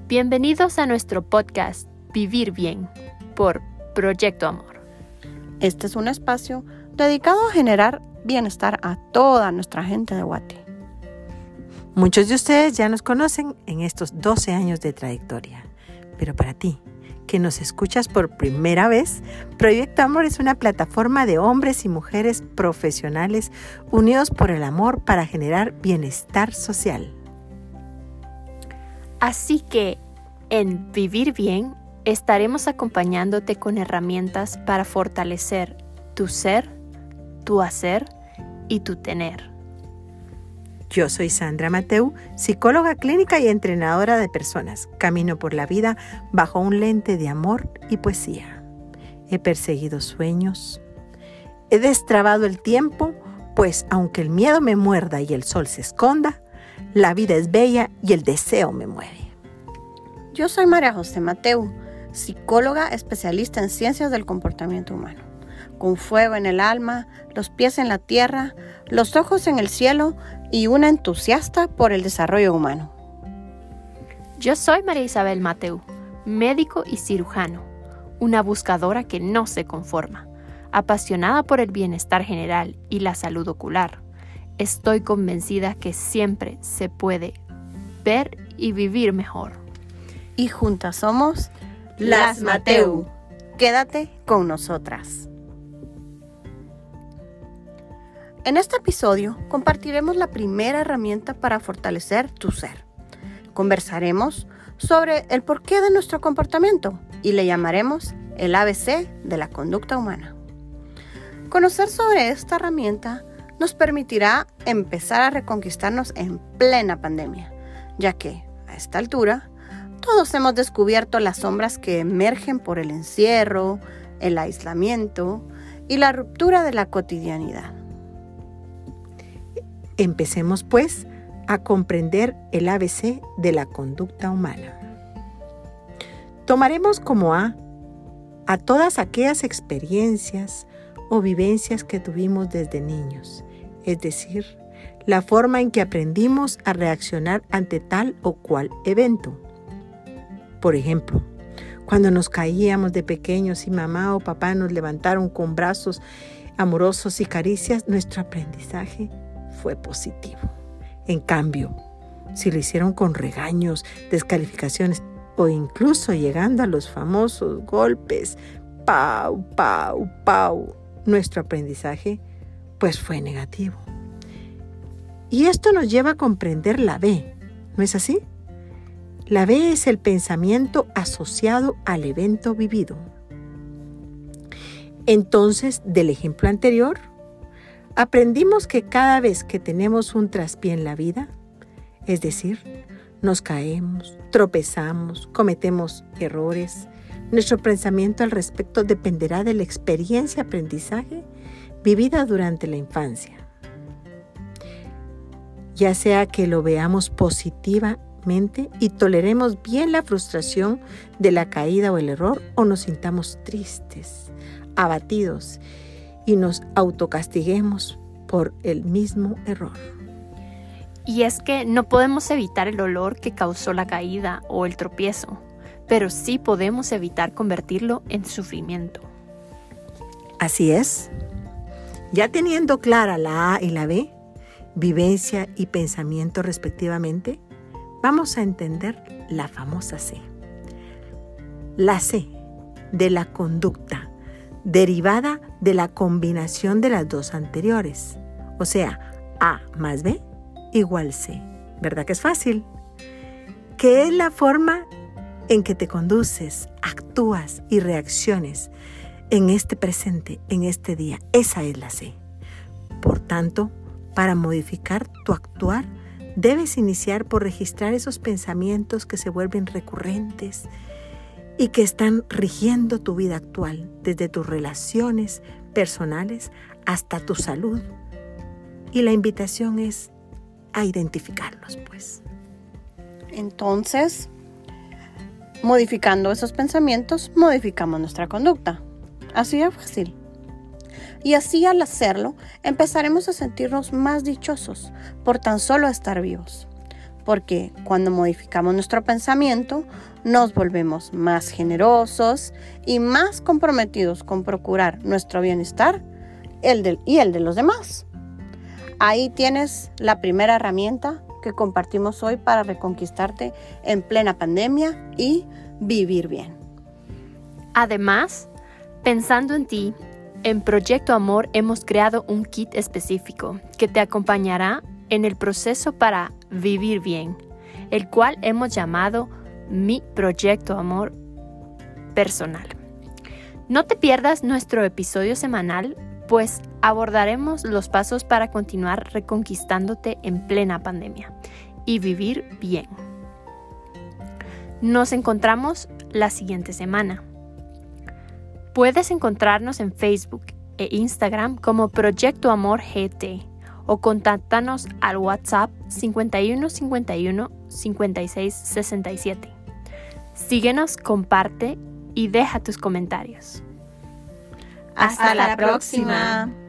Bienvenidos a nuestro podcast Vivir Bien por Proyecto Amor. Este es un espacio dedicado a generar bienestar a toda nuestra gente de Guate. Muchos de ustedes ya nos conocen en estos 12 años de trayectoria, pero para ti, que nos escuchas por primera vez, Proyecto Amor es una plataforma de hombres y mujeres profesionales unidos por el amor para generar bienestar social. Así que en Vivir Bien estaremos acompañándote con herramientas para fortalecer tu ser, tu hacer y tu tener. Yo soy Sandra Mateu, psicóloga clínica y entrenadora de personas. Camino por la vida bajo un lente de amor y poesía. He perseguido sueños. He destrabado el tiempo, pues aunque el miedo me muerda y el sol se esconda, la vida es bella y el deseo me mueve. Yo soy María José Mateu, psicóloga especialista en ciencias del comportamiento humano. Con fuego en el alma, los pies en la tierra, los ojos en el cielo y una entusiasta por el desarrollo humano. Yo soy María Isabel Mateu, médico y cirujano, una buscadora que no se conforma, apasionada por el bienestar general y la salud ocular. Estoy convencida que siempre se puede ver y vivir mejor. Y juntas somos las Mateu. Quédate con nosotras. En este episodio compartiremos la primera herramienta para fortalecer tu ser. Conversaremos sobre el porqué de nuestro comportamiento y le llamaremos el ABC de la conducta humana. Conocer sobre esta herramienta nos permitirá empezar a reconquistarnos en plena pandemia, ya que, a esta altura, todos hemos descubierto las sombras que emergen por el encierro, el aislamiento y la ruptura de la cotidianidad. Empecemos, pues, a comprender el ABC de la conducta humana. Tomaremos como A todas aquellas experiencias o vivencias que tuvimos desde niños, es decir, la forma en que aprendimos a reaccionar ante tal o cual evento. Por ejemplo, cuando nos caíamos de pequeños y mamá o papá nos levantaron con brazos amorosos y caricias, nuestro aprendizaje fue positivo. En cambio, si lo hicieron con regaños, descalificaciones o incluso llegando a los famosos golpes, pau, pau, pau, nuestro aprendizaje pues fue negativo. Y esto nos lleva a comprender la B, ¿no es así? La B es el pensamiento asociado al evento vivido. Entonces, del ejemplo anterior, aprendimos que cada vez que tenemos un traspié en la vida, es decir, nos caemos, tropezamos, cometemos errores, nuestro pensamiento al respecto dependerá de la experiencia de aprendizaje vivida durante la infancia. Ya sea que lo veamos positivamente y toleremos bien la frustración de la caída o el error, o nos sintamos tristes, abatidos y nos autocastiguemos por el mismo error. Y es que no podemos evitar el dolor que causó la caída o el tropiezo, pero sí podemos evitar convertirlo en sufrimiento. Así es. Ya teniendo clara la A y la B, vivencia y pensamiento respectivamente, vamos a entender la famosa C. La C de la conducta, derivada de la combinación de las dos anteriores. O sea, A más B igual C. ¿Verdad que es fácil? Que es la forma en que te conduces, actúas y reacciones en este presente, en este día. Esa es la C. Por tanto, para modificar tu actuar, debes iniciar por registrar esos pensamientos que se vuelven recurrentes y que están rigiendo tu vida actual, desde tus relaciones personales hasta tu salud. Y la invitación es a identificarlos, pues. Entonces, modificando esos pensamientos, modificamos nuestra conducta. Así de fácil. Y así, al hacerlo, empezaremos a sentirnos más dichosos por tan solo estar vivos. porque cuando modificamos nuestro pensamiento, nos volvemos más generosos y más comprometidos con procurar nuestro bienestar y el de los demás. Ahí tienes la primera herramienta que compartimos hoy para reconquistarte en plena pandemia y vivir bien. Además, pensando en ti, en Proyecto Amor hemos creado un kit específico que te acompañará en el proceso para vivir bien, el cual hemos llamado Mi Proyecto Amor Personal. No te pierdas nuestro episodio semanal, pues abordaremos los pasos para continuar reconquistándote en plena pandemia y vivir bien. Nos encontramos la siguiente semana. Puedes encontrarnos en Facebook e Instagram como Proyecto Amor GT o contáctanos al WhatsApp 51 51 56 67. Síguenos, comparte y deja tus comentarios. Hasta la próxima.